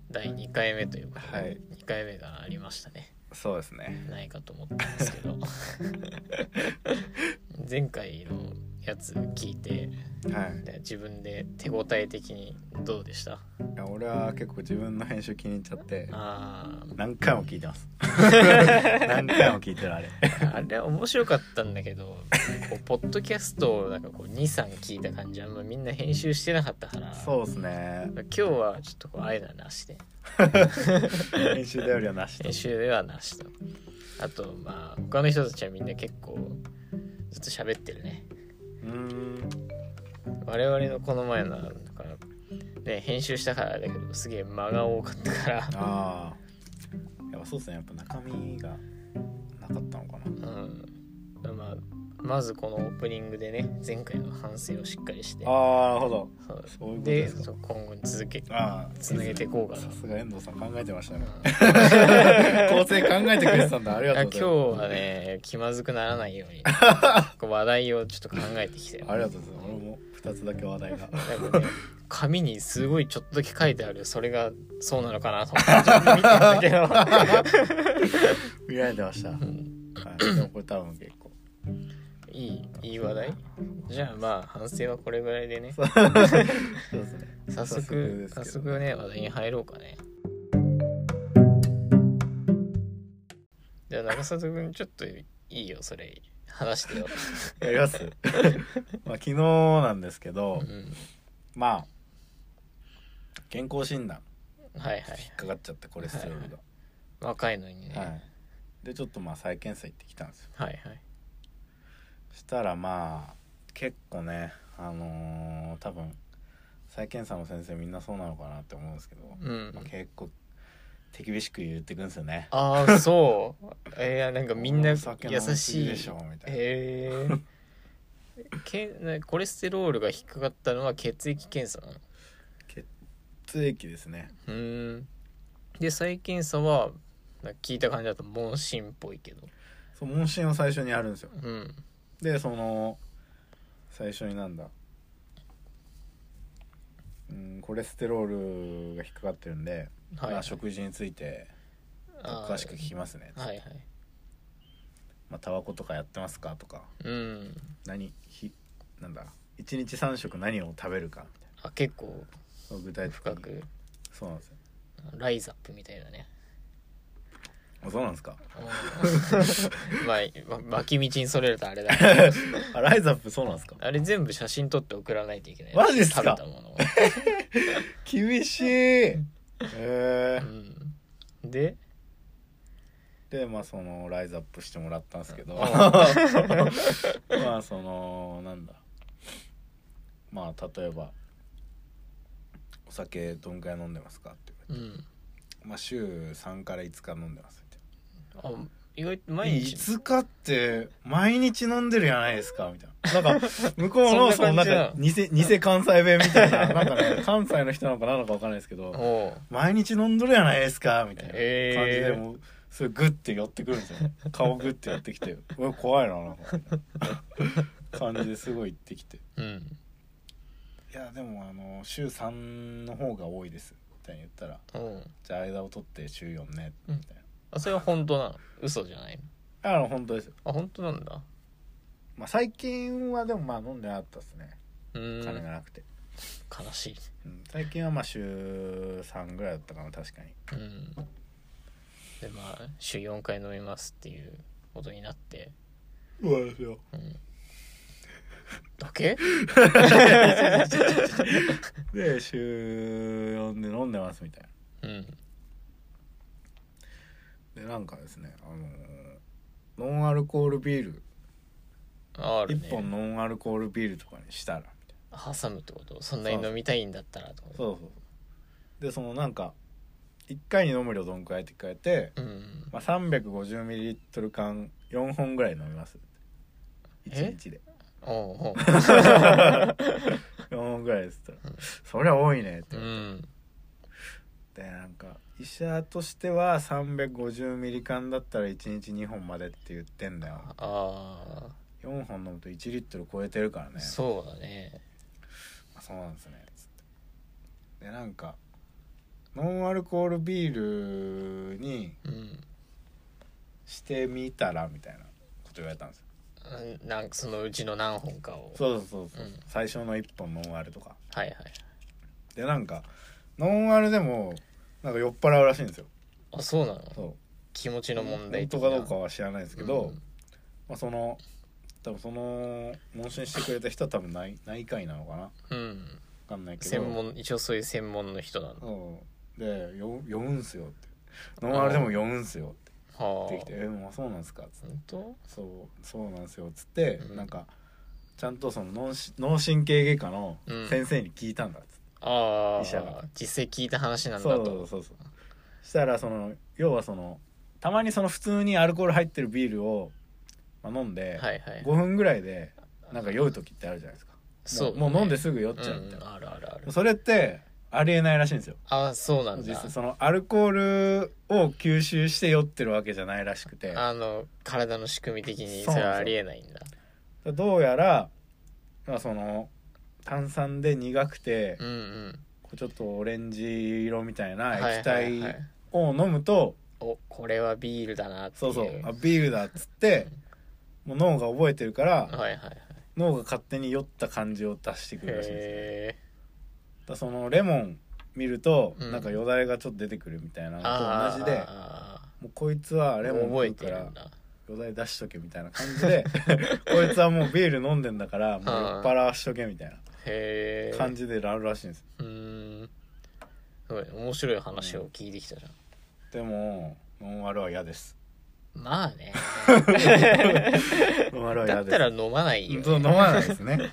第2回目というか、 はい、 2回目がありましたね。 そうですね。 ないかと思ったんですけど前回のやつ聞いて、 はい。 で自分で手応え的にどうでした？ いや俺は結構自分の編集気に入っちゃってあ何回も聞いてます何回も聞いてるあれあれは面白かったんだけど、こうポッドキャストをなんかこう 2,3 聞いた感じはみんな編集してなかったから、 そうですね。 今日はちょっとこうああいうのはなしで編集でよりはなしと。 編集ではなしと。あとまあ他の人たちはみんな結構ずっと喋ってるね。我々のこの前のなんか、ね、編集したからだけどすげえ間が多かったからああ、やっぱそうですね。やっぱ中身がなかったのかな。 うん、まずこのオープニングでね、前回の反省をしっかりして、 ああ、なるほど。 そういうことでですか。 今後につなげていこうかな。 さすが遠藤さん考えてましたね、構成考えてくれてたんだ。ありがとうございます。 今日はね気まずくならないようにこう話題をちょっと考えてきてありがとうございます。俺も2つだけ話題がなんかね、紙にすごいちょっとだけ書いてある、それがそうなのかなと思ってちょっと見てたけど見られてました、はい、でもこれ多分結構いい話題。じゃあまあ反省はこれぐらいでねそうですね。 早速ね話題に入ろうかね。じゃあ中里くんちょっといいよ、それ話してよやりますまあ昨日なんですけど、まあ健康診断はいはい引っかかっちゃってコレステロールが、 若いのにね、 はい、でちょっとまあ再検査行ってきたんですよ。 はいはいしたらまあ結構ね多分再検査の先生みんなそうなのかなって思うんですけど、まあ、結構手厳しく言ってくんですよね。 ああそうなんかみんな優酒飲みすしいぎでしょみたいなコレステロールが引っかかったのは血液検査なの？ 血液ですね。 で再検査は聞いた感じだと問診っぽいけど、 そう問診は最初にあるんですよ、でその最初にコレステロールが引っかかってるんで、 はいはい、 食事について詳しく聞きますね。 はいはいまあタバコとかやってますかとか、1日3食何を食べるかみたいな。 あ、結構具体的に深く。 そうなんですよ。 ライザップみたいなね。 そうなんですかまあ脇道にそれるとあれだあ、ライザップそうなんですか。 あれ全部写真撮って送らないといけない。 マジっすか。 食べたもの厳しいでまあそのライズアップしてもらったんですけどまあそのまあ例えばお酒どんくらい飲んでますかって言われて、まあ週3から5日飲んでますみたいな。 意外と毎日 5日って毎日飲んでるじゃないですかみたいな。なんか向こうのそのなんか偽関西弁みたいななんかね関西の人なのか何なのか分かんないですけど毎日飲んどるじゃないですかみたいな感じでもうそれグッて寄ってくるんですよ。顔グッて寄ってきて怖いななんか感じですごい言ってきて、いやでも週3の方が多いですみたいに言ったら、じゃあ間を取って週4ねみたいな。 それは本当なの？嘘じゃないの？ 本当ですよ。 本当なんだ。 まあ最近はでもまあ飲んでなかったですね。金がなくて悲しい、 最近はまあ週3ぐらいだったかな確かに。 でまあ週4回飲みますっていうことになってそうですよ、 だけで週4で飲んでますみたいな、でなんかですねノンアルコールビール1本ノンアルコールビールとかにしたらみたいな。 挟むってこと？そんなに飲みたいんだったらと。 そうでそのなんか1回に飲む量どんくらいって聞かれて、まあ、350ml 缶4本ぐらい飲みます1日で4本ぐらいですって言ったら、そりゃ多いねって言われて、でなんか医者としては 350ml 缶だったら1日2本までって言ってんだよ。4本飲むと1リットル超えてるからね。 そうだね。 そうなんですねつって。でなんかノンアルコールビールにしてみたらみたいなこと言われたんですよ。 なんかそのうちの何本かを。 そうそうそう、最初の1本ノンアルとか。 はいはい。 でなんかノンアルでもなんか酔っ払うらしいんですよ。 あ、そうなの。 そう気持ちの問題とかどうかは知らないですけど、まあ、その多分その問診してくれた人は多分内科医なのかな、分かんないけど一応そういう専門の人なの。 で酔うんすよって、ノンアルでも酔うんすよって言ってきて、まあそうなんすかっつって、そうなんですよっつって、なんかちゃんとその脳神経外科の先生に聞いたんだっつって、医者が実際聞いた話なんだと。 そうしたらその要はそのたまにその普通にアルコール入ってるビールを、まあ、飲んで5分ぐらいでなんか酔う時ってあるじゃないですか。そうもう飲んですぐ酔っちゃうみたいな、 ある。 それってありえないらしいんですよ。 あ、そうなんだ。 実際そのアルコールを吸収して酔ってるわけじゃないらしくて、 体の仕組み的にそれはありえないんだ。 どうやら、まあ、その炭酸で苦くて、ちょっとオレンジ色みたいな液体を飲むと、 これはビールだなっていう。 ビールだっつってもう脳が覚えてるから、脳が勝手に酔った感じを出してくるらしいんですよ。だそのレモン見ると、なんかよだれがちょっと出てくるみたいなのと同じで、もうこいつはレモン飲むからよだれ出しとけみたいな感じでこいつはもうビール飲んでんだからもう酔っ払わしとけみたいな感じでなるらしいんです。 すごい面白い話を聞いてきたじゃん。 でもノンアルは嫌です。 まあねノンアルは嫌です。 だったら飲まないよね。 飲まないですね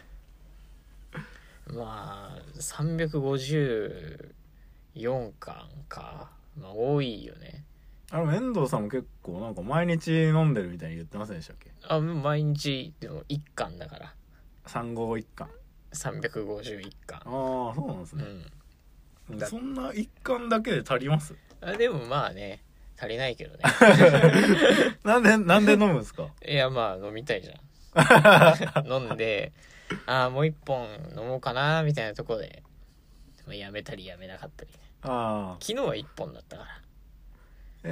まあ354巻か、まあ多いよね。 遠藤さんも結構なんか毎日飲んでるみたいに言ってませんでしたっけ。 毎日でも1巻だから 351巻 351巻。 そうなんですね。そんな1巻だけで足ります？ でもまあね足りないけどねなんで飲むんですか？ いやまあ飲みたいじゃん飲んでもう一本飲もうかなみたいなところで、やめたりやめなかったりね。昨日は1本だったから。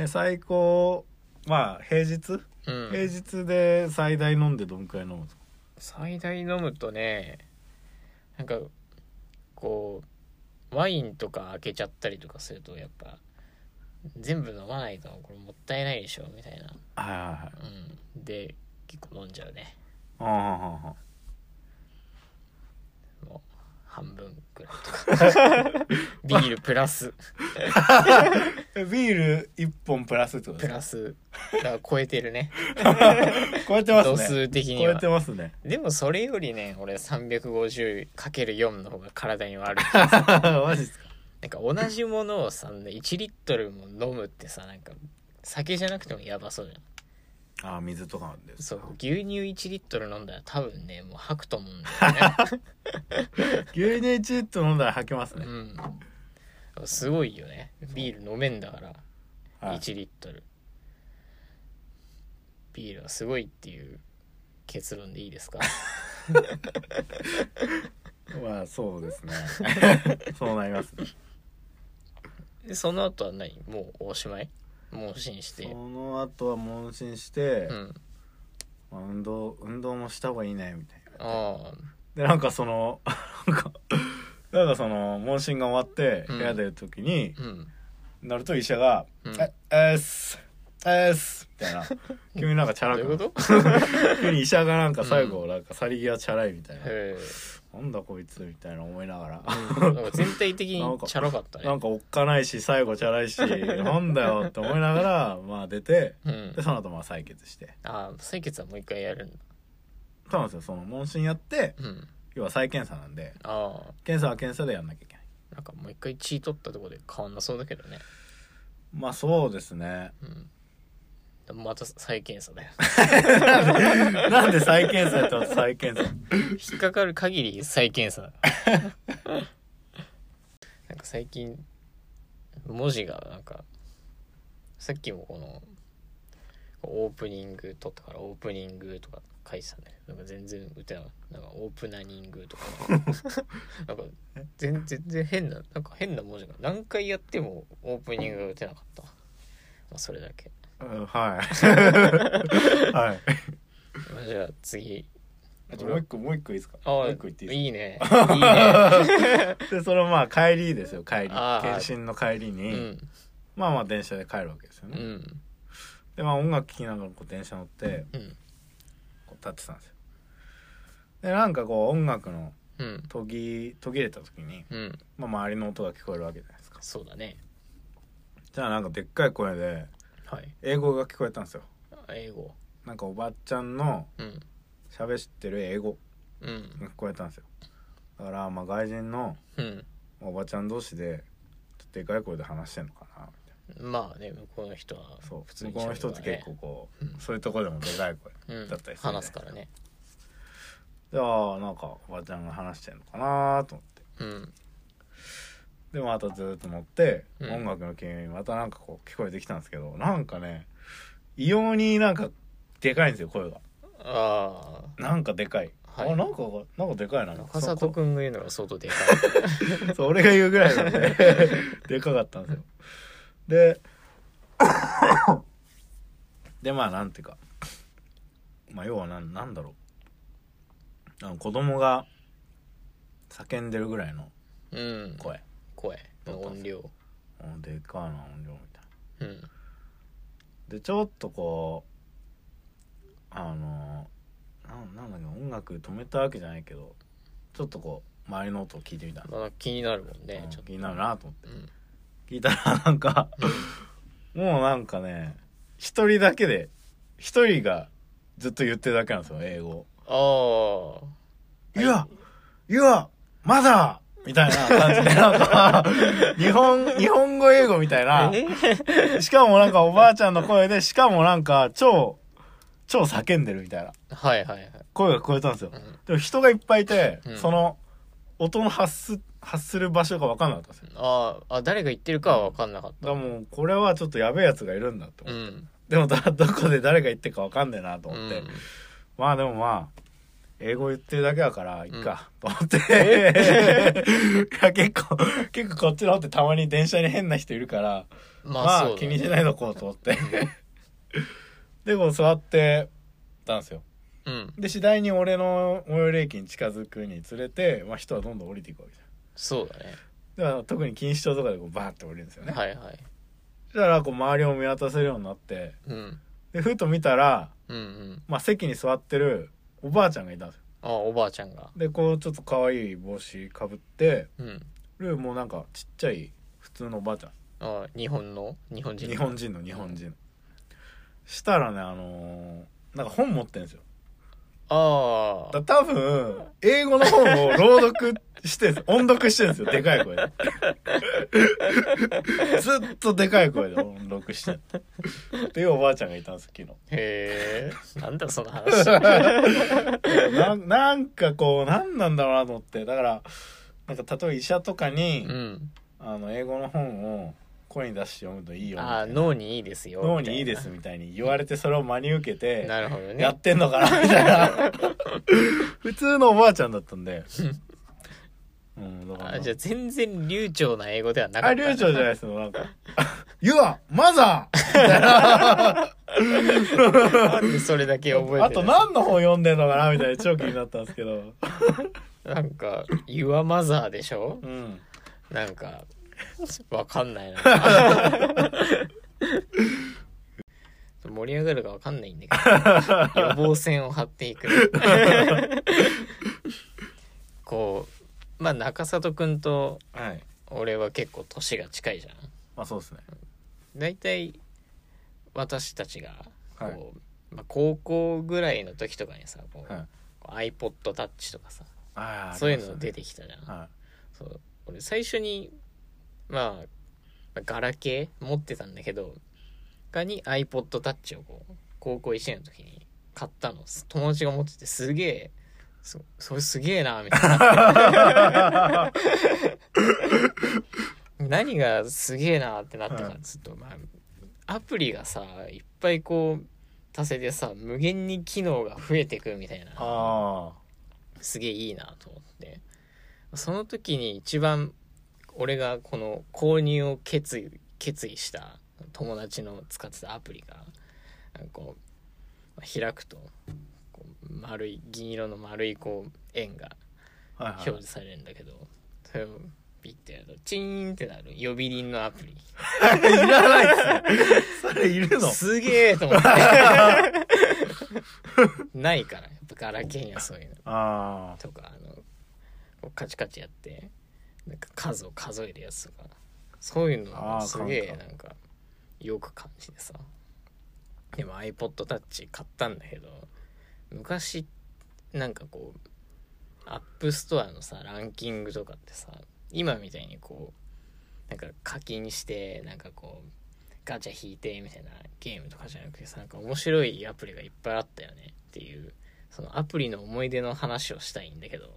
最高まあ平日で最大飲んでどんくらい飲むんですか？ 最大飲むとね、なんかこうワインとか開けちゃったりとかするとやっぱ全部飲まないとこれもったいないでしょみたいな、で結構飲んじゃうね。もう半分くらいとかビールプラスビール1本プラスってことですか？ プラスだから超えてるね超えてますね。 度数的には超えてますね。 でもそれよりね俺 350×4 の方が体に悪いマジっすか？ なんか同じものをさ1リットルも飲むってさ、なんか酒じゃなくてもやばそうじゃん。 水とかで。 そう牛乳1リットル飲んだら多分ねもう吐くと思うんだよね牛乳1リットル飲んだら吐けますね。 すごいよね。ビール飲めんだから1リットル、ビールはすごいっていう結論でいいですか？ まあそうですねそうなりますね。 でその後は何？もうおしまい？問診してその後は問診して、運動もした方がいいねみたいな。でなんかそのなんかその問診が終わって部屋出る時に、なると医者がすみたいな急になんかチャラく急に医者がなんか最後なんか去り際チャラいみたいな、なんだこいつみたいな思いながら、 なんか全体的にチャラかったね。 なんかおっかないし最後チャラいしなんだよって思いながらまあ出て、でその後まあ採血して。 採血はもう一回やるんだ。 そうなんですよ。その問診やって、要は再検査なんで、検査は検査でやんなきゃいけない。 なんかもう一回血取ったところで変わんなそうだけどね。 まあそうですね。 また再検査だよなんで再検査やったら再検査引っかかる限り再検査なんか最近文字がなんかさっきもこのオープニング撮ったからオープニングとか書いてたんだけど、なんか全然打てなかった。なんかオープナニングとかなんか全然変な文字が何回やってもオープニングが打てなかった。まあそれだけ。 はいはい。 じゃあ次。 もう一個いいですか。 もう一個言っていいですか。 いいね。 でそのまあ帰りですよ。検あ診の帰りに、 うん、 まあ電車で帰るわけですよね。 うん、 でまあ音楽聴きながらこう電車乗って、 うん、 こう立ってたんですよ。でなんかこう音楽の途切れた時に、 うん、 まあ周りの音が聞こえるわけじゃないですか。 そうだね。 じゃあなんかでっかい声で英語が聞こえたんですよ。 英語。 なんかおばちゃんの喋ってる英語が聞こえたんですよ。だからまあ外人のおばちゃん同士でちょっとでかい声で話してんのかなみたいな。 まあね、向こうの人は普通に向こうの人って結構こう、そういうところでもでかい声だったりする、 話すからね。 じゃあなんかおばちゃんが話してんのかなと思って、でまたずっと乗って、音楽の君にまたなんかこう聞こえてきたんですけど、なんかね異様になんかでかいんですよ声が。なんかでかい、はい、なんかでかいな。 中里くんが言うのが相当でかいそう俺が言うぐらいなんででかかったんですよ。でまあなんていうか、まあ要はなんだろう、子供が叫んでるぐらいの声の音量、 でかいな音量みたいな、でちょっとこうなんだっけ、音楽止めたわけじゃないけどちょっとこう周りの音を聞いてみた。 まあ、気になるもんね、 ちょっと気になるなと思って、聞いたらなんかもうなんかね一人がずっと言ってるだけなんですよ、英語。You are mother みたいな感じでなんか日本語英語みたいな、しかもなんかおばあちゃんの声で、しかもなんか超叫んでるみたいな声が聞こえたんですよ。でも人がいっぱいいて、その音の発する場所が分かんなかったんですよ。 誰が言ってるかは分かんなかった。 だからもうこれはちょっとやべえやつがいるんだと思って、でもどこで誰が言ってるか分かんねえなと思って、まあでもまあ英語言ってるだけだからいっかと思って、いや結構こっちの方ってたまに電車に変な人いるから、まあ気にしないでおこうと思ってでこう座ってたんですよ。で次第に俺の最寄り駅に近づくにつれて、まあ、人はどんどん降りていくわけじゃん。 そうだね。 だから特に錦糸町とかでこうバーって降りるんですよね。 そしたらこう周りを見渡せるようになって、でふと見たら、まあ、席に座ってるおばあちゃんがいたんですよ。 おばあちゃんがでこうちょっと可愛い帽子かぶって、もうなんかちっちゃい普通のおばあちゃん。日本人したらねなんか本持ってんですよ。多分英語の本を朗読してんです音読してるんですよ、でかい声でずっとでかい声で音読してっていうおばあちゃんがいたんです昨日。 へえ、なんだその話なんかこう何なんだろうなと思って。だからなんか例えば医者とかに、英語の本を声に出して読むといいよみたいな、 脳にいいですよみたいな、 脳にいいですみたいに言われて、それを真に受けてなるほど、ね、 やってんのかなみたいな普通のおばあちゃんだったんでだからじゃあ全然流暢な英語ではなかった。 流暢じゃないですよ。なんかYou are mother みたいななんでそれだけ覚えてる。 あと何の本読んでんのかなみたいな超気になったんですけどなんか You are mother でしょ、なんかわかんないな盛り上がるかわかんないんだけど予防線を張っていくこうまあ中里くんと俺は結構年が近いじゃん。 まあそうですね。 だいたい私たちがこう、高校ぐらいの時とかにさこう、iPod Touch とかさそういうの出てきたじゃん。そう俺最初にまあガラケー持ってたんだけどに iPod Touch をこう高校1年の時に買ったの友達が持ってて、すげえそれすげえなみたいな何がすげえなってなったかっつうと、アプリがさいっぱいこう足せでさ無限に機能が増えてくみたいな、すげえいいなと思って、その時に一番俺がこの購入を決意した友達の使ってたアプリがこう開くとこう丸い銀色の丸いこう円が表示されるんだけど、それをピッてやるとチーンってなる呼び鈴のアプリいらないっすねそれいるのすげえと思ってないからやっぱガラケーにはそういうのとかこうカチカチやってなんか数を数えるやつとかそういうのすげえなんかよく感じてさ。でも iPod Touch 買ったんだけど、昔なんかこうアップストアのさランキングとかってさ今みたいにこうなんか課金してなんかこうガチャ引いてみたいなゲームとかじゃなくてさ、なんか面白いアプリがいっぱいあったよねっていう、そのアプリの思い出の話をしたいんだけど。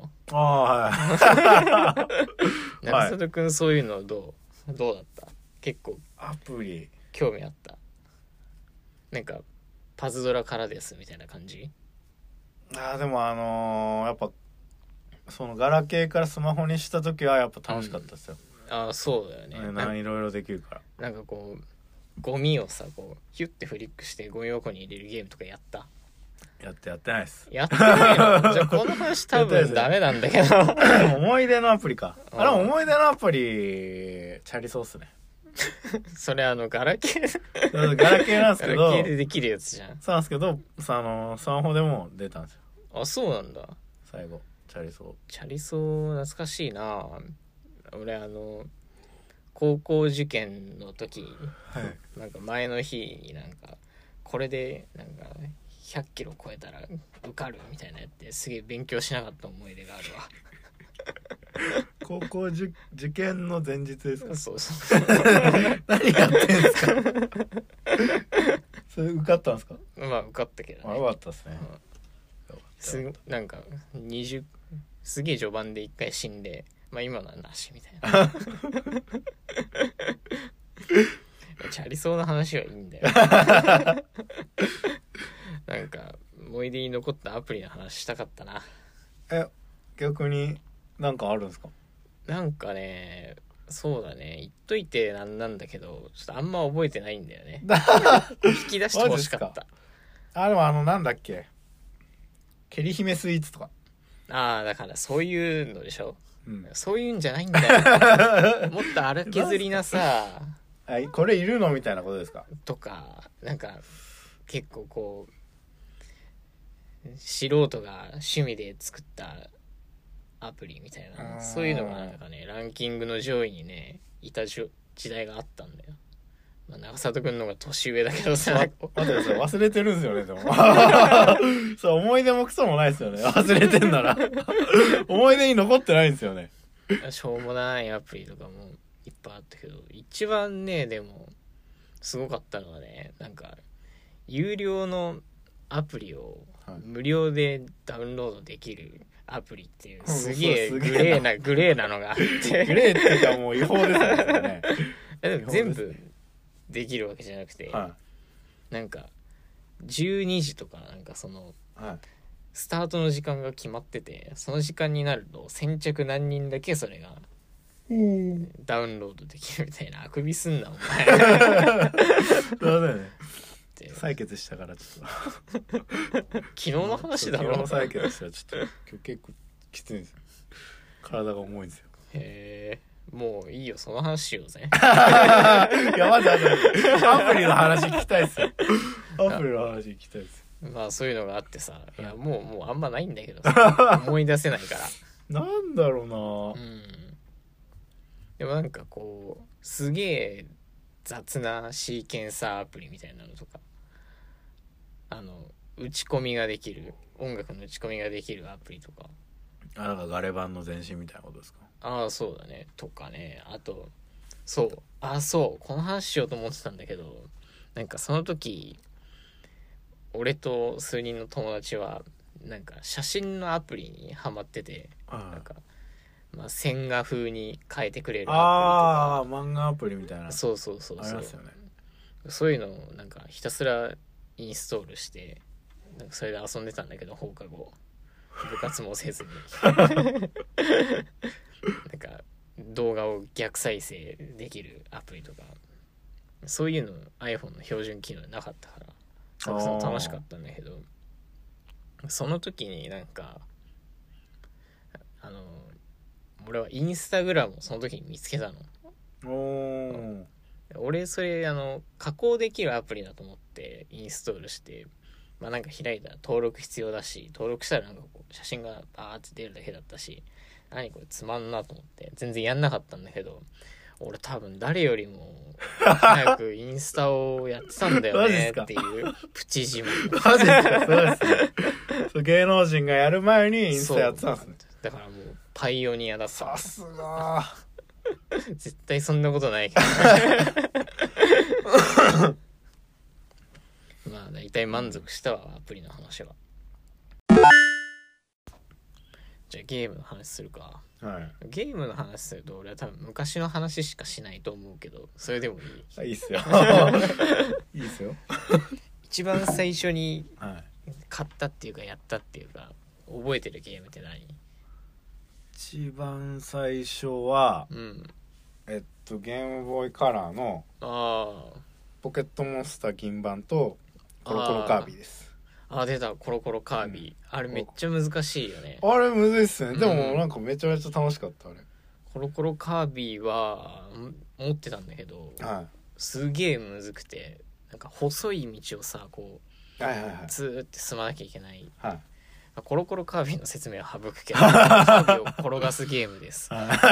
はい中里くんそういうのどうだった？結構アプリ興味あった？なんかパズドラからですみたいな感じ？ でもやっぱそのガラケーからスマホにした時はやっぱ楽しかったですよ、 そうだよね。 いろいろできるから。 なんかこうゴミをさこうヒュッてフリックしてゴミ箱に入れるゲームとかやった？ やってないです。 やってないの？じゃあこの話多分ダメなんだけど思い出のアプリか。あれ思い出のアプリチャリソースねそれガラケーガラケーなんですけどガラケーでできるやつじゃん。 そうなんですけどスマホでも出たんですよ。 あ、そうなんだ。 最後チャリソ懐かしいな。俺高校受験の時、はい、なんか前の日になんかこれでなんか100キロ超えたら受かるみたいなやってすげえ勉強しなかった思い出があるわ高校受験の前日ですか？ そう何やってんすかそれ受かったんですか？ まあ受かったけどね。 よかったですね、 なんかすげえ序盤で一回死んで、まあ今のはなしみたいなチャリソーの話はいいんだよなんか思い出に残ったアプリの話したかったな。 逆になんかあるんですか？ なんかね、そうだね、言っといてなんだけどちょっとあんま覚えてないんだよね引き出してほしかった。 でもなんだっけ、ケリ姫スイーツとか。 だからそういうのでしょ、そういうんじゃないんだよもっと荒削りなさこれいるのみたいなことですか？ とかなんか結構こう素人が趣味で作ったアプリみたいな、そういうのがなんかねランキングの上位にねいた時代があったんだよ。まあ、長里くんの方が年上だけどさ待ってください、忘れてるんですよねでもそう思い出もクソもないですよね、忘れてんなら思い出に残ってないんですよね。 しょうもないアプリとかもいっぱいあったけど、一番ねでもすごかったのはね、なんか有料のアプリを無料でダウンロードできるアプリっていうすげえグレーなのがあってグレーっていうかもう違法ですよねでも全部できるわけじゃなくて、なんか12時とかなんかその、スタートの時間が決まってて、その時間になると先着何人だけそれがダウンロードできるみたいな。あくびすんなお前そうだよね、採血したからちょっと昨日の話だろ。 昨日採血したらちょっと今日結構きついんですよ、体が重いんですよ。 へえ、もういいよ、その話しようぜいやまずアプリの話聞きたいですよアプリの話聞きたいです。 まあそういうのがあってさ、いやもうあんまないんだけどさ思い出せないからなんだろうな、 でもなんかこうすげえ雑なシーケンサーアプリみたいなのとか、打ち込みができる、音楽の打ち込みができるアプリとか、 なんかガレ版の前身みたいなことですか？ そうだね、とかね。あとそうこの話しようと思ってたんだけど、なんかその時俺と数人の友達はなんか写真のアプリにハマってて、なんか線画風に変えてくれるアプリとか、 漫画アプリみたいな。 そうありますよね。 そういうのをなんかひたすらインストールしてなんかそれで遊んでたんだけど、放課後部活もせずになんか動画を逆再生できるアプリとかそういうの iPhone の標準機能なかったからその楽しかったんだけど、その時になんか俺はインスタグラムをその時に見つけたの。俺それ加工できるアプリだと思ってインストールして、まあなんか開いたら登録必要だし、登録したらなんかこう写真がバーって出るだけだったし、何これつまんなと思って全然やんなかったんだけど、俺多分誰よりも早くインスタをやってたんだよねっていうプチ自慢。 マジですか？そうですね。そう芸能人がやる前にインスタやってたんですね。 だからもうパイオニアだった。 さすが。 絶対そんなことないけどまあ大体満足したわアプリの話は。じゃあゲームの話するか。 はい、 ゲームの話すると俺は多分昔の話しかしないと思うけど、それでもいい？ いいっすよいいっすよ一番最初に買ったっていうかやったっていうか覚えてるゲームって何？ 一番最初は、ゲームボーイカラーのポケットモンスター銀版とコロコロカービィです。 出たコロコロカービィ、あれめっちゃ難しいよね。 あれむずいっすね、でもなんかめちゃめちゃ楽しかったあれ。 コロコロカービィは持ってたんだけど、すげえむずくて、なんか細い道をさこう、ずーって進まなきゃいけない、コロコロカービィの説明は省くけどカービィを転がすゲームです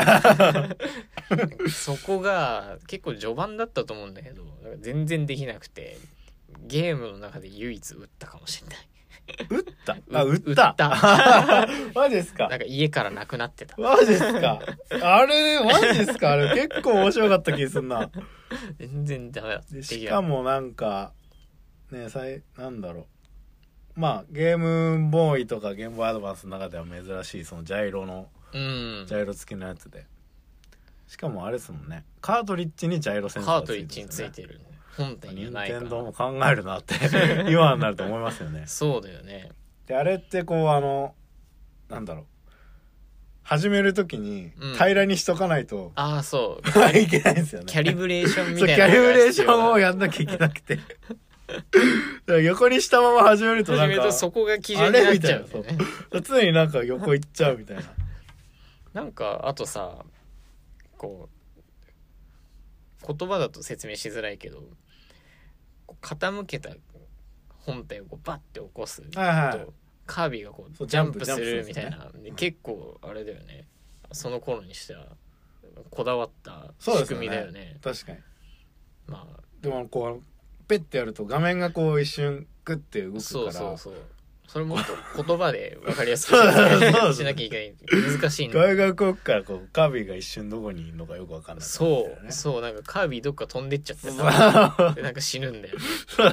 そこが結構序盤だったと思うんだけど全然できなくて、ゲームの中で唯一打ったかもしれない。 打ったマジですか？ なんか家からなくなってた。 マジですか？あれマジですか？あれ結構面白かった気すんな。 全然ダメだった。 しかもなんかね、なんだろう、まあゲームボーイとかゲームボーイアドバンスの中では珍しいそのジャイロの、ジャイロ付きのやつで、しかもあれですもんね、カートリッジにジャイロセンサーがついてるんですよね。カートリッジについてる。本体にはないから。任天堂も考えるなって今になると思いますよね。 そうだよね。 であれってこうなんだろう、始めるときに平らにしとかないと、 そういけないんですよね。 キャリブレーションみたいな。 キャリブレーションをやんなきゃいけなくて横にしたまま始めるとなんかそこが基準になっちゃう、ね、 そう常になんか横行っちゃうみたいななんかあとさ、こう言葉だと説明しづらいけど、傾けた本体をこうバッて起こすと、カービィがこうジャンプするみたいな、結構あれだよね、その頃にしてはこだわった仕組みだよね。 確かに。 まあでもこうペッてやると画面がこう一瞬グッて動くから、 それもっと言葉で分かりやすくしなきゃいけない。難しいんだ。 画面が動くからこうカービィが一瞬どこにいるのかよく分かんない、ね、 そうなんかカービィどっか飛んでっちゃってさでなんか死ぬんだよ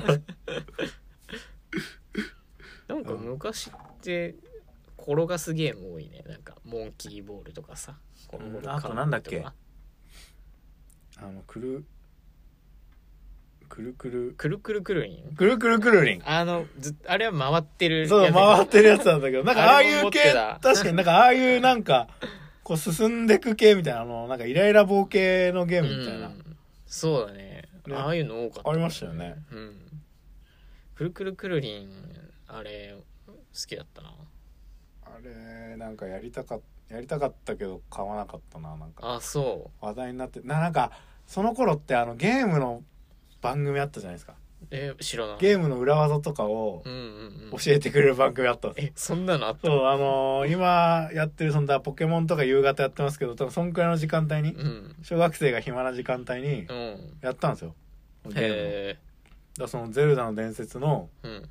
なんか昔って転がすゲーム多いね。なんかモンキーボールとかさ、 あとなんだっけ、くるくるくるりんあれは回ってるやつ。 そう回ってるやつなんだけど、なんかああいう系、確かになんかああいうなんかこう進んでく系みたいななんかイライラ棒系のゲームみたいな、 そうだね、ああいうの多かった、 ありましたよね。 くるくるりんあれ好きだったな。 あれなんかやりたかったけど買わなかったな。なんか話題になってなんかその頃ってゲームの番組あったじゃないですか。 知らない。 ゲームの裏技とかを教えてくれる番組あったんです。 そんなのあった？ そう今やってるそんなポケモンとか夕方やってますけど、多分そんくらいの時間帯に、小学生が暇な時間帯にやったんですよ、ゲームだ。そのゼルダの伝説の、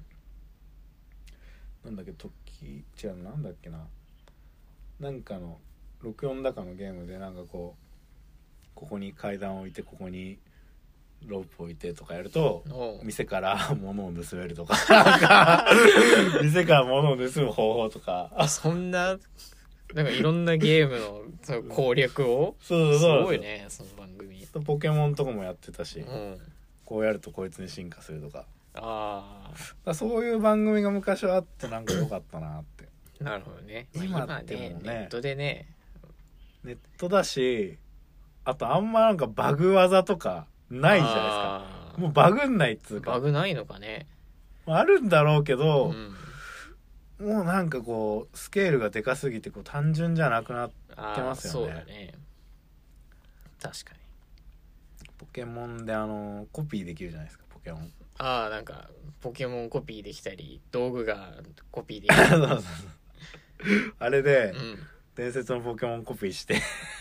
なんだっけなんだっけな、なんかの64だかのゲームでなんかここに階段を置いてここにロープ置いてとかやると店から物を盗めるとかなんか店から物を盗む方法とかそんななんかいろんなゲームのその攻略をすごいね、その番組。 ポケモンとかもやってたし、こうやるとこいつに進化するとか。 そういう番組が昔はあってなんか良かったなってなるほどね。 今ってもうね、 ネットでね、 ネットだし、あとあんまなんかバグ技とかないじゃないですか。もうバグんないっつうか。 バグないのかね。 あるんだろうけど、もうなんかこうスケールがでかすぎてこう単純じゃなくなってますよね。 そうだね。確かに。 ポケモンでコピーできるじゃないですか、ポケモン。 なんかポケモンコピーできたり、道具がコピーできたり。そうそうそう。 あれで、伝説のポケモンコピーして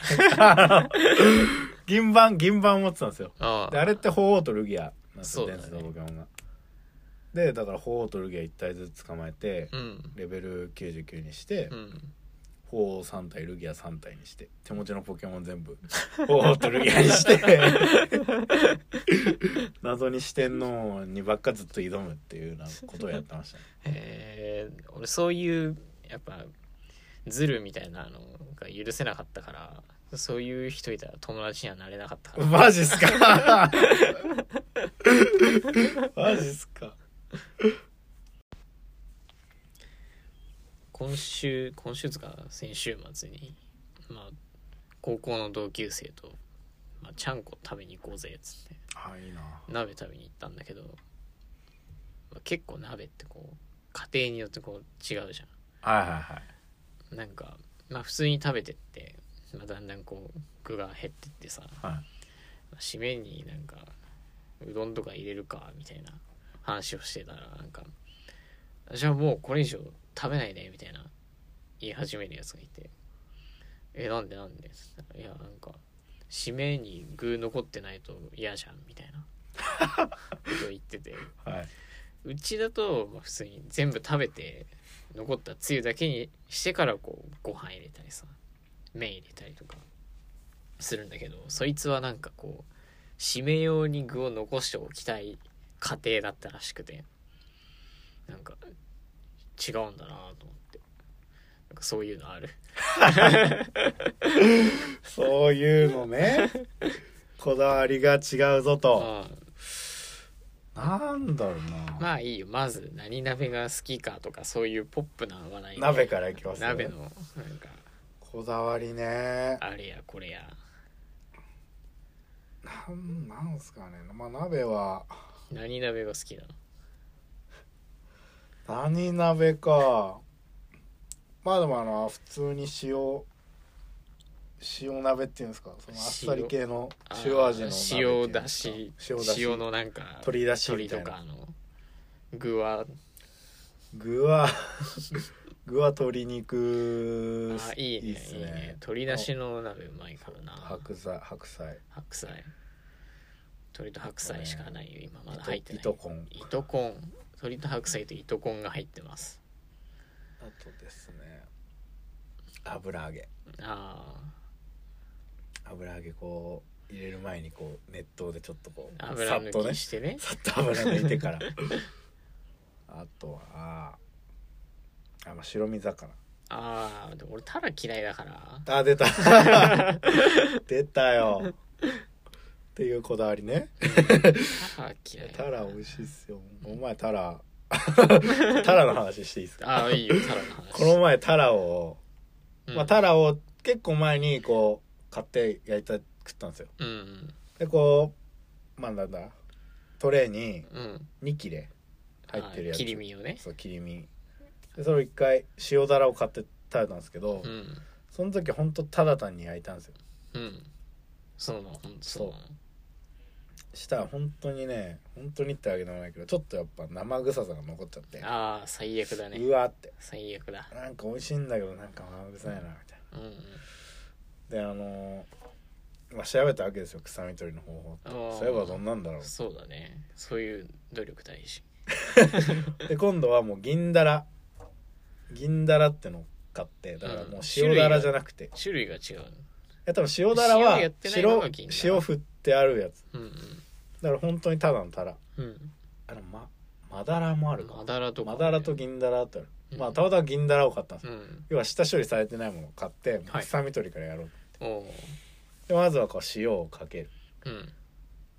銀盤持ってたんですよ。であれって鳳凰とルギアなんですよ、伝説のポケモンが。でだから鳳凰とルギア1体ずつ捕まえて、レベル99にして、鳳凰3体ルギア3体にして手持ちのポケモン全部鳳凰とルギアにして謎に四天王にばっかずっと挑むっていうようなことをやってましたね。 俺そういうやっぱズルみたいなのが許せなかったから、そういう人いたら友達にはなれなかったから。 マジっすかマジっすか。 今週つか先週末に、高校の同級生と、ちゃんこ食べに行こうぜっつって、 いいな、 鍋食べに行ったんだけど、結構鍋ってこう家庭によってこう違うじゃん。なんか普通に食べてって、だんだんこう具が減ってってさ、締めになんかうどんとか入れるかみたいな話をしてたら、なんかじゃあもうこれ以上食べないねみたいな言い始めるやつがいて、なんでって言ったら、いやなんか締めに具残ってないと嫌じゃんみたいなことを言ってて、うちだと普通に全部食べて残ったつゆだけにしてからこうご飯入れたりさ、麺入れたりとかするんだけど、そいつはなんかこう締め用に具を残しておきたい家庭だったらしくて、なんか違うんだなと思って、なんかそういうのあるそういうのねこだわりが違うぞと。なんだろうな。 いいよ、まず何鍋が好きかとか、そういうポップな話題、 鍋からいきますね。 鍋のなんかこだわりね、 あれやこれや、 なんすかね。鍋は何鍋が好きなの？ 何鍋か。でも普通に塩鍋っていうんですか、そのあっさり系の塩味の塩だし、塩のなんか鶏だしみたいな。 鶏とか具は鶏肉いいですね。いいね、鶏だしの鍋うまいからな。 白菜鶏と白菜しかないよ今。まだ入ってない。 糸こん鶏と白菜と糸こんが入ってます。 あとですね、油揚げこう入れる前にこう熱湯でちょっとこう油抜きしてね、 さっと油抜いてからあとは白身魚。 でも俺タラ嫌いだから。 出た出たよっていうこだわりね。 タラ嫌い。 タラ美味しいっすよ。お前タラの話していいですか？ いいよ、タラの話。 この前タラを結構前にこう買って食ったんですよ。でこうトレーに2切れ入ってるやつ、 切り身をね。 そう、切り身で、それを一回塩だらを買って食べたんですけど、その時ほんとただ単に焼いたんですよ。そうしたら本当にってわけでもないけど、ちょっとやっぱ生臭さが残っちゃって、 最悪だね。 うわって最悪だ。 なんか美味しいんだけどなんか生臭いなみたいな。で調べたわけですよ、臭み取りの方法って。そういえばどんなんだろう。 そうだね、そういう努力大事で今度はもう銀だらってのを買って、だからもう塩だらじゃなくて、 種類が違う。 多分塩だらは塩振ってあるやつ、だから本当にただのたら、まだらもあるか、まだらと銀だらってある。たまたま銀だらを買ったんですよ。要は下処理されてないものを買って臭み取りからやろうって。でまずはこう塩をかける。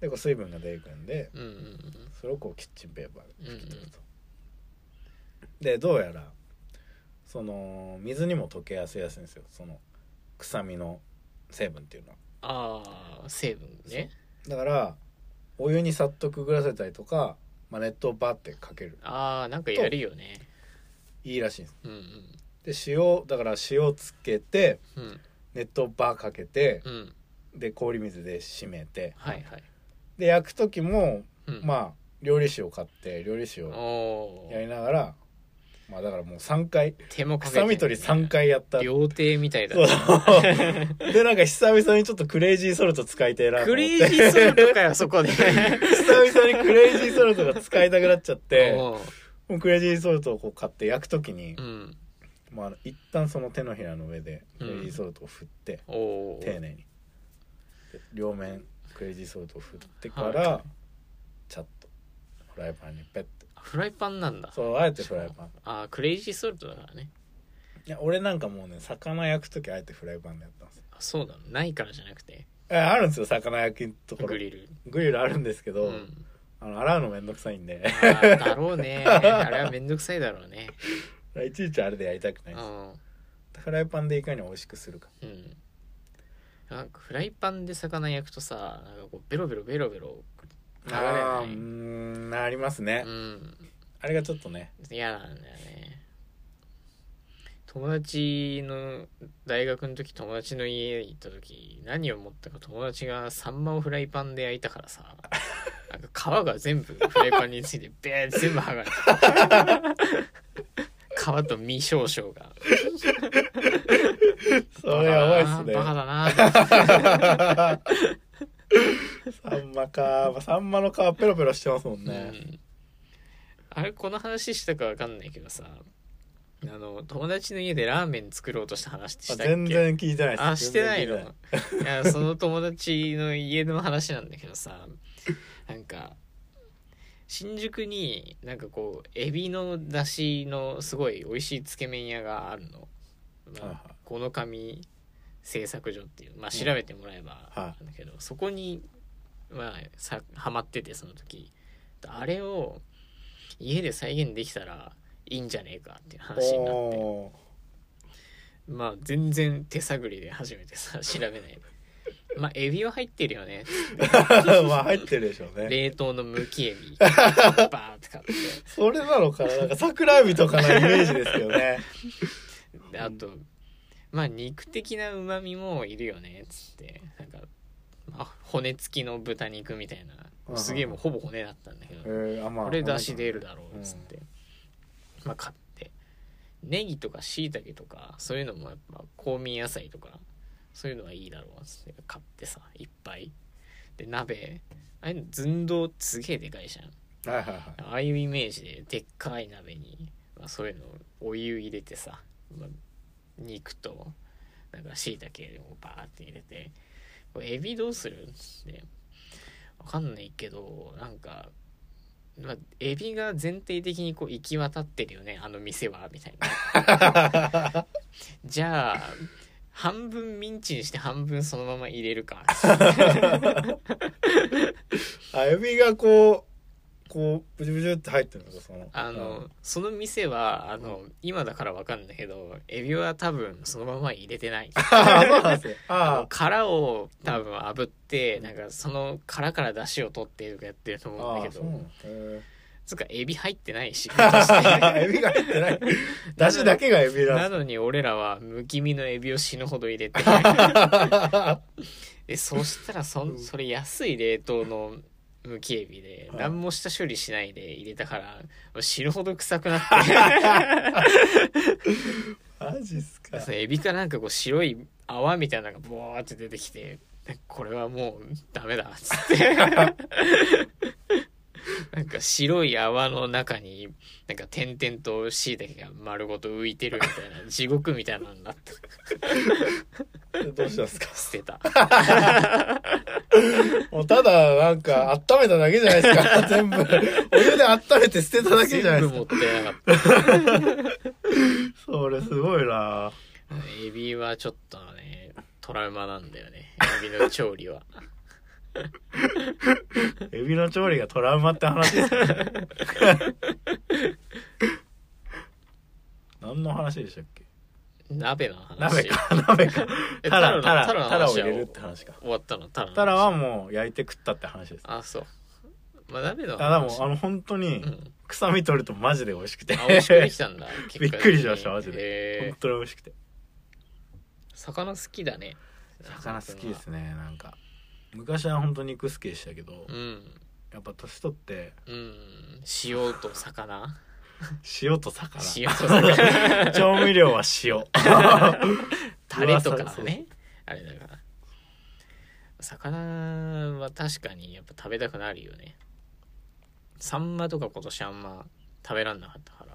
でこう水分が出てくるんで、 うんうんうん、 それをこうキッチンペーパーで拭き取ると、 うんうん、 でどうやらその水にも溶けやすいんですよ、その臭みの成分っていうのは。 ああ、成分ね。 だからお湯にさっとくぐらせたりとか、まあ、熱湯をバッてかける。 ああ、なんかやるよね。 いいらしいんです。 うんうん、 で塩だから塩つけて、 うん、 熱湯バーかけて、 うん、で氷水で締めて、 はいはい、 で焼く時も、 うん、 まあ料理酒を買って料理酒をやりながら、まあだからもう3回手もかけて、ね、 臭み取り3回やった。 料亭みたいだね。そうでなんか久々にちょっとクレイジーソルト使いたいなと思って。 クレイジーソルトかよそこで。 久々にクレイジーソルトが使いたくなっちゃってもうクレイジーソルトをこう買って焼く時に、うん、まあ、一旦その手のひらの上でクレイジーソルトを振って、うん、丁寧に両面クレイジーソルトを振ってから、はい、ちゃっとフライパンにペッて。 フライパンなんだ。 そう、あえてフライパン。 ああ、クレイジーソルトだからね。 いや俺なんかもうね、魚焼くときあえてフライパンでやったんですよ。 あ、そうなの？ないからじゃなくて。 あるんですよ、魚焼きところ。 グリルあるんですけど、うん、洗うのめんどくさいんで。 だろうね。あれはめんどくさいだろうね。 いちいちあれでやりたくないです。フライパンでいかに美味しくするか。うん。 なんかフライパンで魚焼くとさ、なんかこうベロベロ流れない。 ありますね、うん、あれがちょっとね嫌なんだよね。友達の大学の時、友達の家行った時何を思ったか、友達がサンマをフライパンで焼いたからさ、なんか皮が全部フライパンについてベーッ全部剥がれた皮と身少々がそれやばいっすね。 バカだなサンマか、サンマの皮ペロペロしてますもんね、うん、 あれこの話したか分かんないけどさ、友達の家でラーメン作ろうとした話ってしたっけ？ 全然聞いてないです。 あ、してないの？いや、その友達の家の話なんだけどさ、なんか新宿になんかこうエビの出汁のすごい美味しいつけ麺屋があるの、まあ、この上製作所っていう、まあ、調べてもらえばなんだけど、そこに、まあ、ハマってて、その時あれを家で再現できたらいいんじゃねえかっていう話になって、まあ全然手探りで初めてさ調べないでまあエビは入ってるよねまあ入ってるでしょうね。 冷凍のむきエビバーって買ってそれなのかな、なんか桜エビとかのイメージですよねで、あとまあ肉的な旨味もいるよねっつって、なんか、まあ、骨付きの豚肉みたいな、すげえもうほぼ骨だったんだけど、これ出汁出るだろうっつって、まあ買って、ネギとか椎茸とかそういうのもやっぱ香味野菜とかそういうのはいいだろうっつって買ってさ、いっぱいで鍋、あれ寸胴すげえでかいじゃん、ああいうイメージででっかい鍋に、まあ、そういうのお湯入れてさ、まあ肉となんか椎茸をバーって入れて、これエビどうするってわかんないけど、なんか、まあ、エビが全体的にこう行き渡ってるよね、あの店はみたいなじゃあ半分ミンチにして半分そのまま入れるかエビがこうブジュブジュって入ってるのか、 その店は今だからわかんないけど、エビは多分そのまま入れてないそうなんですよ。殻を多分炙って、なんかその殻から出汁を取ってとかやってると思うんだけど、つうかエビ入ってないしエビが入ってない出汁だけがエビなのに俺らはむき身のエビを死ぬほど入れてでそしたらそれ安い冷凍のむきエビで何も下処理しないで入れたから死ぬほど臭くなってマジっすか。 エビかなんかこう白い泡みたいなのがボーって出てきて、これはもうダメだっつってなんか白い泡の中になんか点々と椎茸が丸ごと浮いてるみたいな地獄みたいなのになったどうしたんですか？ 捨てたもうただなんか温めただけじゃないですか全部お湯で温めて捨てただけじゃないですか。 全部持ってなかったそれすごいな。 エビはちょっとねトラウマなんだよね、エビの調理はエビの調理がトラウマって話ですかね。何の話でしたっけ？ 鍋の話。 鍋か。タラを入れるって話か。 終わったの。タラはもう焼いて食ったって話です。 あ、そう。まあ鍋の話。でも本当に臭み取るとマジで美味しくて。 美味しくできたんだ。 びっくりしましたマジで。本当に美味しくて。 魚好きだね。 魚好きですね。なんか昔は本当に肉好きでしたけど、やっぱ年取って、 塩と魚。 塩と魚調味料は塩タレとかねあれだから魚は確かにやっぱ食べたくなるよね。サンマとか今年あんま食べらんなかったから。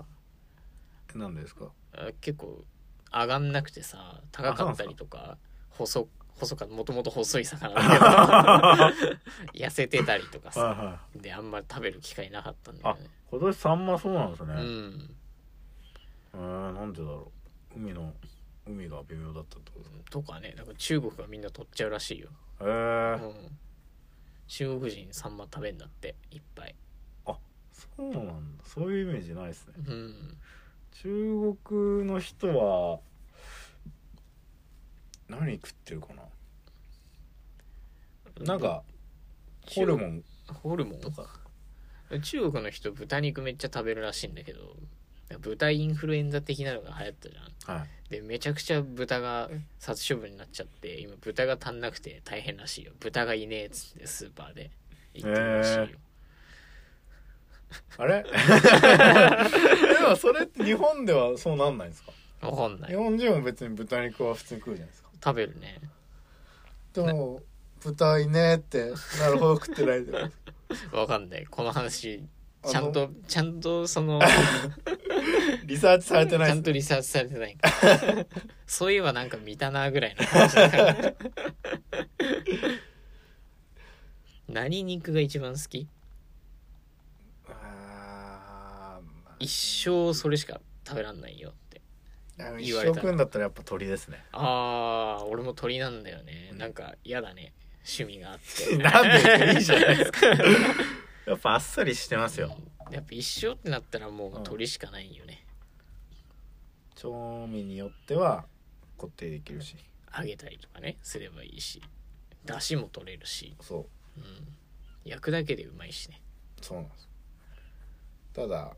なんでですか？ 結構上がんなくてさ、高かったりとか細かもともと細い魚だけど痩せてたりとかさ、であんま食べる機会なかったんだよね。 今年サンマそうなんですね。なんでだろう。海が微妙だったってこととかね。なんか中国がみんな取っちゃうらしいよ。中国人サンマ食べんだっていっぱい。 あ、そうなんだ。そういうイメージないですね。中国の人は何食ってるかな。なんかホルモンとか。 中国の人豚肉めっちゃ食べるらしいんだけど、豚インフルエンザ的なのが流行ったじゃん。でめちゃくちゃ豚が殺処分になっちゃって、今豚が足んなくて大変らしいよ。豚がいねえっつってスーパーで言ってるらしいよ。 あれでもそれって日本ではそうなんないんですか？ わかんない。 日本人も別に豚肉は普通に食うじゃないですか。 食べるね。 でも豚いねってなるほど食ってないじゃないですか。 わかんない。この話ちゃんとそのリサーチされてない、 ちゃんとリサーチされてないからそういえばなんか見たなぐらいの話だから何肉が一番好き？一生それしか食べらんないよって言われた。一生食うんだったらやっぱ鳥ですね。 俺も鳥なんだよね。なんか嫌だね、趣味があってなんでいいじゃないですかやっぱあっさりしてますよ。 やっぱ一生ってなったらもう鳥しかないよね。 調味によっては固定できるし、 揚げたりとかねすればいいし、出汁も取れるし、焼くだけでうまいしね。 そうなんです。ただ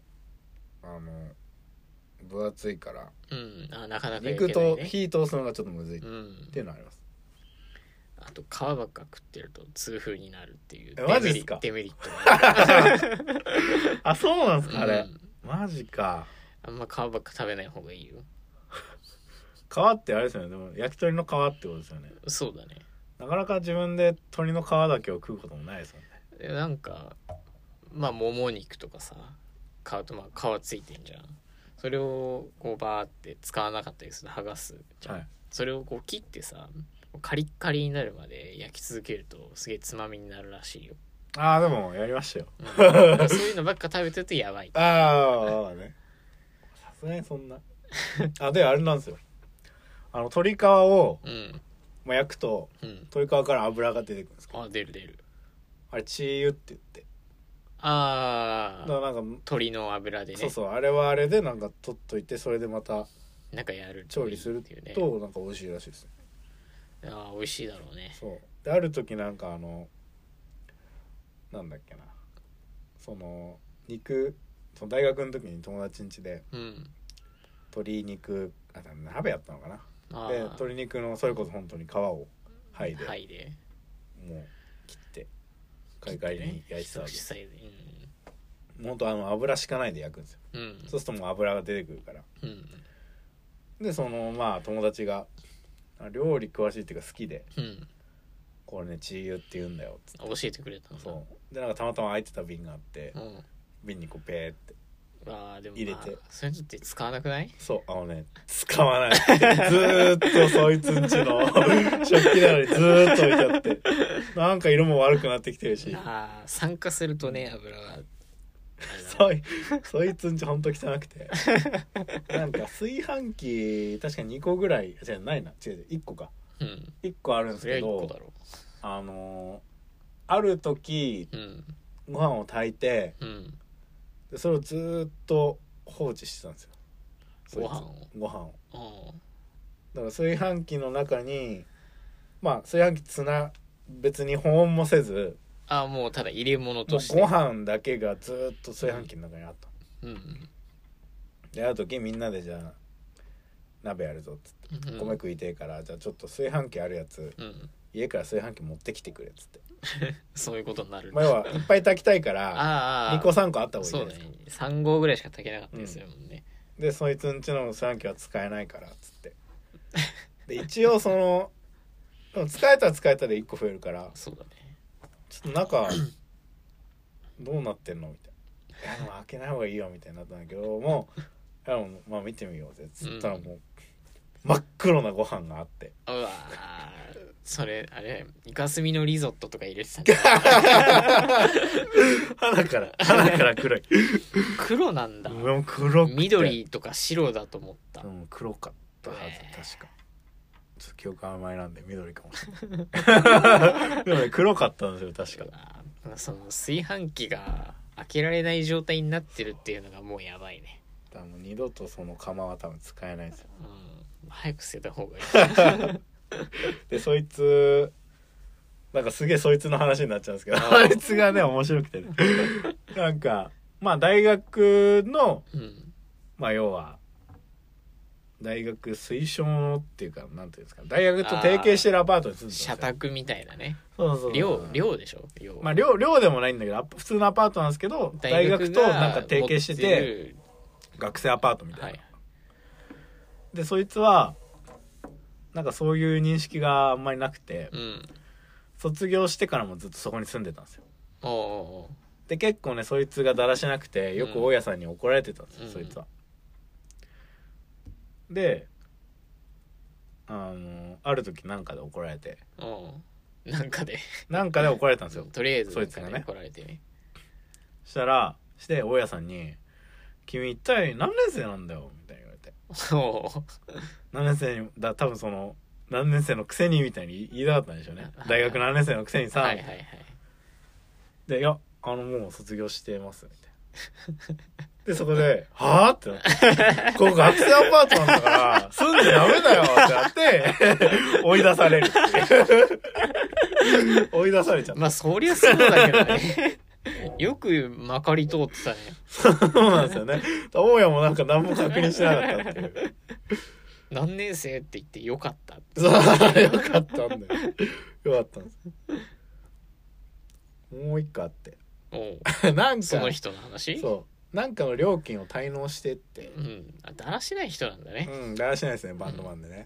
分厚いから、 なかなか、ね、 肉と火通すのがちょっとむずいっていうのはあります。 あと皮ばっか食ってると痛風になるっていうマジですか？ デメリットがあ、そうなんですか？あれ、マジか。 あんま皮ばっか食べない方がいいよ。 皮ってあれですよね。でも焼き鳥の皮ってことですよね。 そうだね。 なかなか自分で鶏の皮だけを食うこともないですもんね。 なんかもも肉とかさ買うと皮ついてんじゃん。それをこうバーって使わなかったりすると剥がすじゃん、それをこう切ってさカリッカリになるまで焼き続けるとすげえつまみになるらしいよ。 でもやりましたよ、 そういうのばっか食べてるとやばい。 ね、さすがにそんなであれなんですよ。鶏皮を、焼くと、鶏皮から油が出てくるんですか？ 出る。 あれチー油って言って、だからなんか鶏の油でね。 そうあれはあれでなんか取っといて、それでまたなんかやる調理するっていうね。となんか美味しいらしいですね。 美味しいだろうね。 そうで、ある時なんかなんだっけな、肉、大学の時に友達ん家で、鶏肉鍋やったのかな。で鶏肉のそれこそ本当に皮を剥いでもう切ってカリカリに焼いてたわけ。本当油しかないで焼くんですよ、そうするともう油が出てくるから、で友達が料理詳しいっていうか好きで、これねチー油って言うんだよって教えてくれたの。 そうでなんかたまたま空いてた瓶があって、瓶にこうペーって入れて、 それって使わなくない？ そう使わないってずーっとそいつんちの食器なのにずーっと置いてあってなんか色も悪くなってきてるし、 酸化するとね油がそいつんちほんと汚くてなんか炊飯器確か2個ぐらい違う1個か、1個あるんですけど、 ある時、ご飯を炊いて、でそれをずっと放置してたんですよ。ご飯をだから炊飯器の中に炊飯器別に保温もせず、 もうただ入れ物としてご飯だけがずっと炊飯器の中にあった、である時みんなでじゃあ鍋やるぞっつって、米食いてえからじゃあちょっと炊飯器あるやつ、家から炊飯器持ってきてくれっつってそういうことになる、 要はいっぱい炊きたいから2個3個あった方がいいじゃないですか。 そうね、3合ぐらいしか炊けなかったですよもんね、 でそいつんちの炊飯器は使えないからっつってで一応その使えたら使えたで1個増えるから、 そうだね、 ちょっと中どうなってんのみたいな、いやもう開けない方がいいよみたいになったんだけども見てみようぜっつったらもう、真っ黒なご飯があって、 うわそれあれイカスミのリゾットとか入れてたんだ鼻から黒い黒なんだ。 黒くて緑とか白だと思った、 黒かったはず、確かちょっと記憶曖昧なんで緑かもしれないでもね黒かったんですよ確か。 その炊飯器が開けられない状態になってるっていうのがもうやばいね。 二度とその釜は多分使えないですよ、 早く捨てた方がいいでそいつなんかすげえそいつの話になっちゃうんですけどあいつがね面白くて、ね、なんか大学の、要は大学推奨っていうかなんていうんですか、大学と提携してるアパートに住んでるんですよ。 社宅みたいなね。 そう寮でしょ。 寮でもないんだけど普通のアパートなんですけど、大学となんか提携してて学生アパートみたいな、でそいつはなんかそういう認識があんまりなくて、卒業してからもずっとそこに住んでたんですよ。で結構ねそいつがだらしなくてよく大家さんに怒られてたんですよ、そいつは。である時なんかで怒られて、なんかで怒られたんですよとりあえずそいつがね怒られてね。 して大家さんに「君一体何年生なんだよ」みたいに言われて何年生に多分その何年生のくせにみたいに言いたかったんでしょうね、大学何年生のくせにさ、でいやもう卒業してますみたいなでそこではぁってなってここ学生アパートなんだから住んでダメだよってなって追い出される追い出されちゃった。 そりゃそうだけどねよくまかり通ってたねそうなんですよね。大家もなんか何も確認しなかったっていう何年生って言ってよかったそうよかったんだよよかったんです。もう一個あってなんかその人の話、 なんかの料金を滞納してって、 だらしない人なんだね。 だらしないですね、バンドマンでね。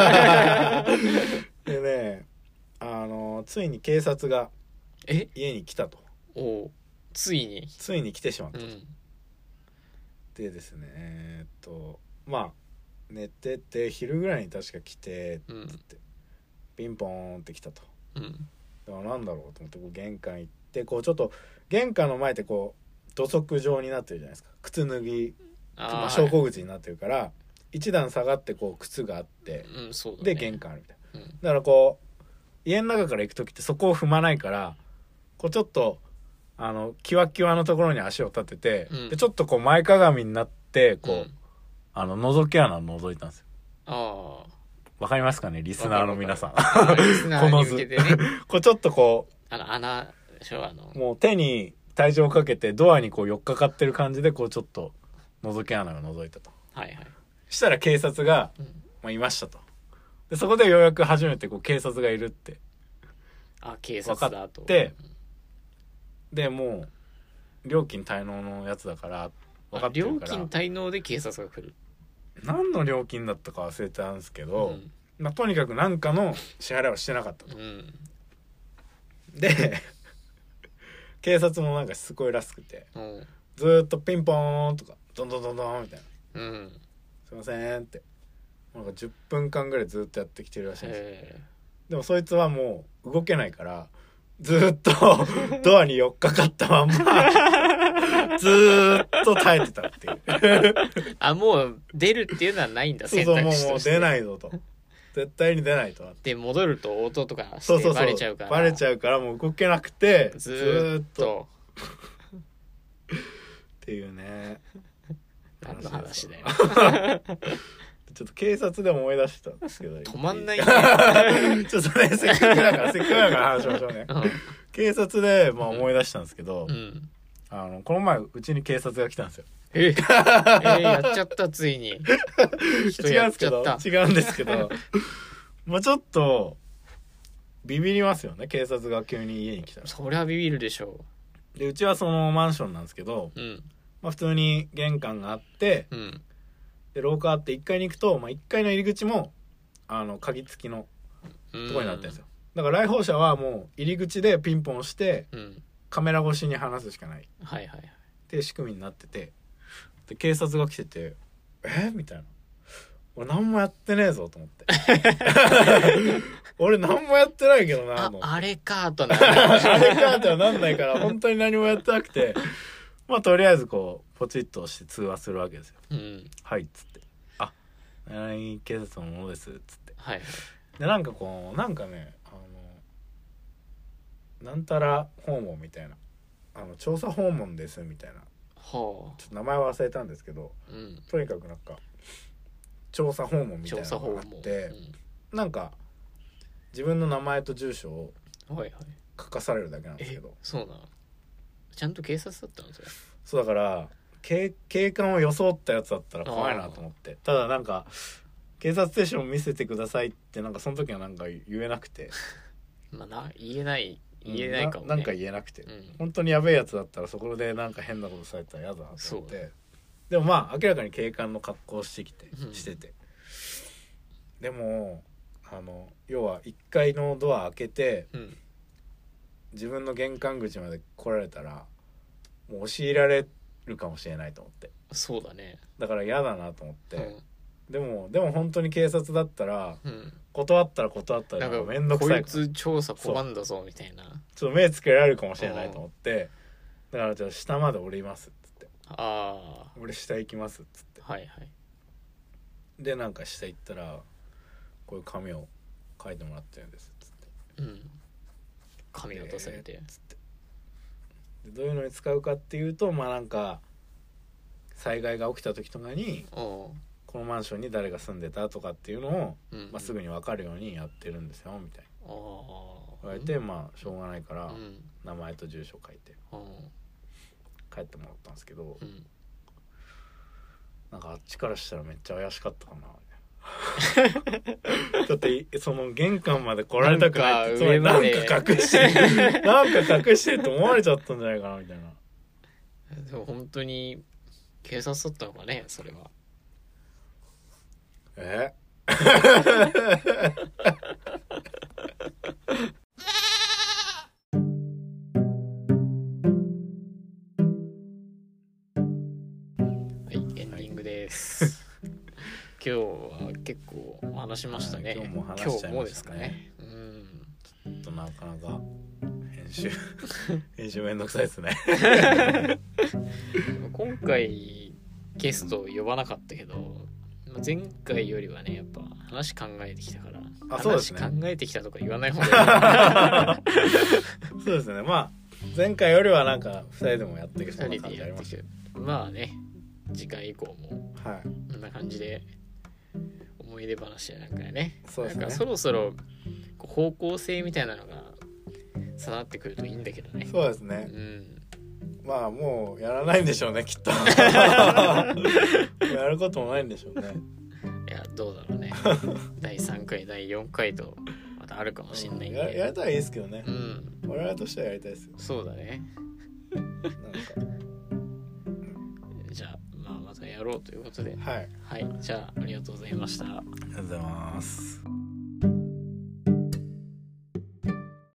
でね、ついに警察が家に来たと。 ついに来てしまったと。でですね、寝てて昼ぐらいに確か来てつって、ピンポーンって来たと。だからなんだろうと思って玄関行ってちょっと玄関の前って土足状になってるじゃないですか。靴脱ぎ昇降口になってるから一段下がって靴があって、 そうだね、 で玄関あるみたいな、だから家の中から行く時ってそこを踏まないからちょっとキワキワのところに足を立てて、でちょっと前かがみになって覗き穴を覗いたんですよ。わかりますかねリスナーの皆さんリスナーに向けてねちょっと穴でしょもう手に体重をかけてドアに寄っかかってる感じでちょっと覗き穴が覗いたと。したら警察が、いましたと。でそこでようやく初めて警察がいるって警察だと分かって、でもう料金滞納のやつだから分かってるから、 料金滞納で警察が来る。 何の料金だったか忘れたんですけど、とにかく何かの支払いはしてなかったと。で警察もなんかしつこいらしくて、ずーっとピンポーンとかドンドンドンドンみたいな、すいませんってなんか10分間ぐらいずっとやってきてるらしいんですよ。でもそいつはもう動けないからずっとドアに寄っかかったまんまずーっと耐えてたっていうもう出るっていうのはないんだ。 そうもう出ないぞと。 絶対に出ないと。 で戻ると音とかしてバレちゃうから、 バレちゃうからもう動けなくてずーっとっていうね。 何の話だよちょっと警察で思い出したんですけど止まんないねちょっとねせっかくだから話しましょうね、うん、警察で、まあ、思い出したんですけど、うん、この前うちに警察が来たんですよ。 やっちゃったついに人やっちゃった違うんですけどまあちょっとビビりますよね、警察が急に家に来たら。 そりゃビビるでしょう。でうちはそのマンションなんですけど、うん、まあ、普通に玄関があって、うん、で廊下あって1階に行くと、まあ、1階の入り口も鍵付きのところになってるんですよ。だから来訪者はもう入り口でピンポンして、うん、カメラ越しに話すしかない、はいはいはい、っていう仕組みになってて、で警察が来ててみたいな、俺何もやってねえぞと思って俺何もやってないけどなあれかとなあれかとはなんないから本当に何もやってなくてまあとりあえずこうポチッと押して通話するわけですよ、うん、はいっつって、あ、警察のものですっつって、はい、でなんかこうなんかねなんたら訪問みたいな調査訪問ですみたいな、ちょっと名前忘れたんですけど、うん、とにかくなんか調査訪問みたいなのがあって、うん、なんか自分の名前と住所を書かされるだけなんですけど、 そうなの、ちゃんと警察だったんですよ。 そうだから警官を装ったやつだったら怖いなと思って、ただなんか警察ステーション見せてくださいってなんかその時はなんか言えなくてまあ言えないかもね、 なんか言えなくて、うん、本当にやべえやつだったらそこでなんか変なことされたら嫌だなと思って、でもまあ明らかに警官の格好をしてて、でも要は1階のドア開けて、うん、自分の玄関口まで来られたらもう押し入られるかもしれないと思って、 そうだね、 だから嫌だなと思って、うん、でも本当に警察だったら、うん、断ったらなんかめんどくさいからこいつ調査拒んだぞみたいな、 ちょっと目つけられるかもしれないと思って、だからじゃあ下まで降りますっつって、俺下行きますっつって、はいはい、でなんか下行ったらこういう紙を書いてもらってるんですっつって、うん、 紙を出されてつってでどういうのに使うかっていうと、まあなんか災害が起きた時とかにこのマンションに誰が住んでたとかっていうのを、うんうん、まあ、すぐに分かるようにやってるんですよみたいな言われて、まあしょうがないから、うん、名前と住所書いて帰ってもらったんですけど、うん、なんかあっちからしたらめっちゃ怪しかったかなだってその玄関まで来られたくないって、つまりなんか隠してって思われちゃったんじゃないかなみたいな。 でも本当に警察だったのかね、それは。はい、エンディングです。今日は結構話しましたね。 今日も話しちゃいましたね。うん。ちょっとなかなか編集めんどくさいですね。 今回ゲストを呼ばなかったけど、前回よりはねやっぱ話考えてきたから、 そうですね、 話考えてきたとか言わない方がいい。そうですね。まあ前回よりはなんか2人でもやっていくそうな感じありました。 まあね、次回以降もこんな感じで思い出話やなんかね、そうですね、なんかそろそろ方向性みたいなのが定ってくるといいんだけどね。 そうですね、うん、まあもうやらないんでしょうねきっと。やることもないんでしょうね。 いやどうだろうね。第3回第4回とまたあるかもしんないんで、 やれたらいいですけどね、うん、我々としてはやりたいですよ。 そうだね。なんかじゃあ、またやろうということで、はい、はい、じゃあありがとうございました。 ありがとうございます。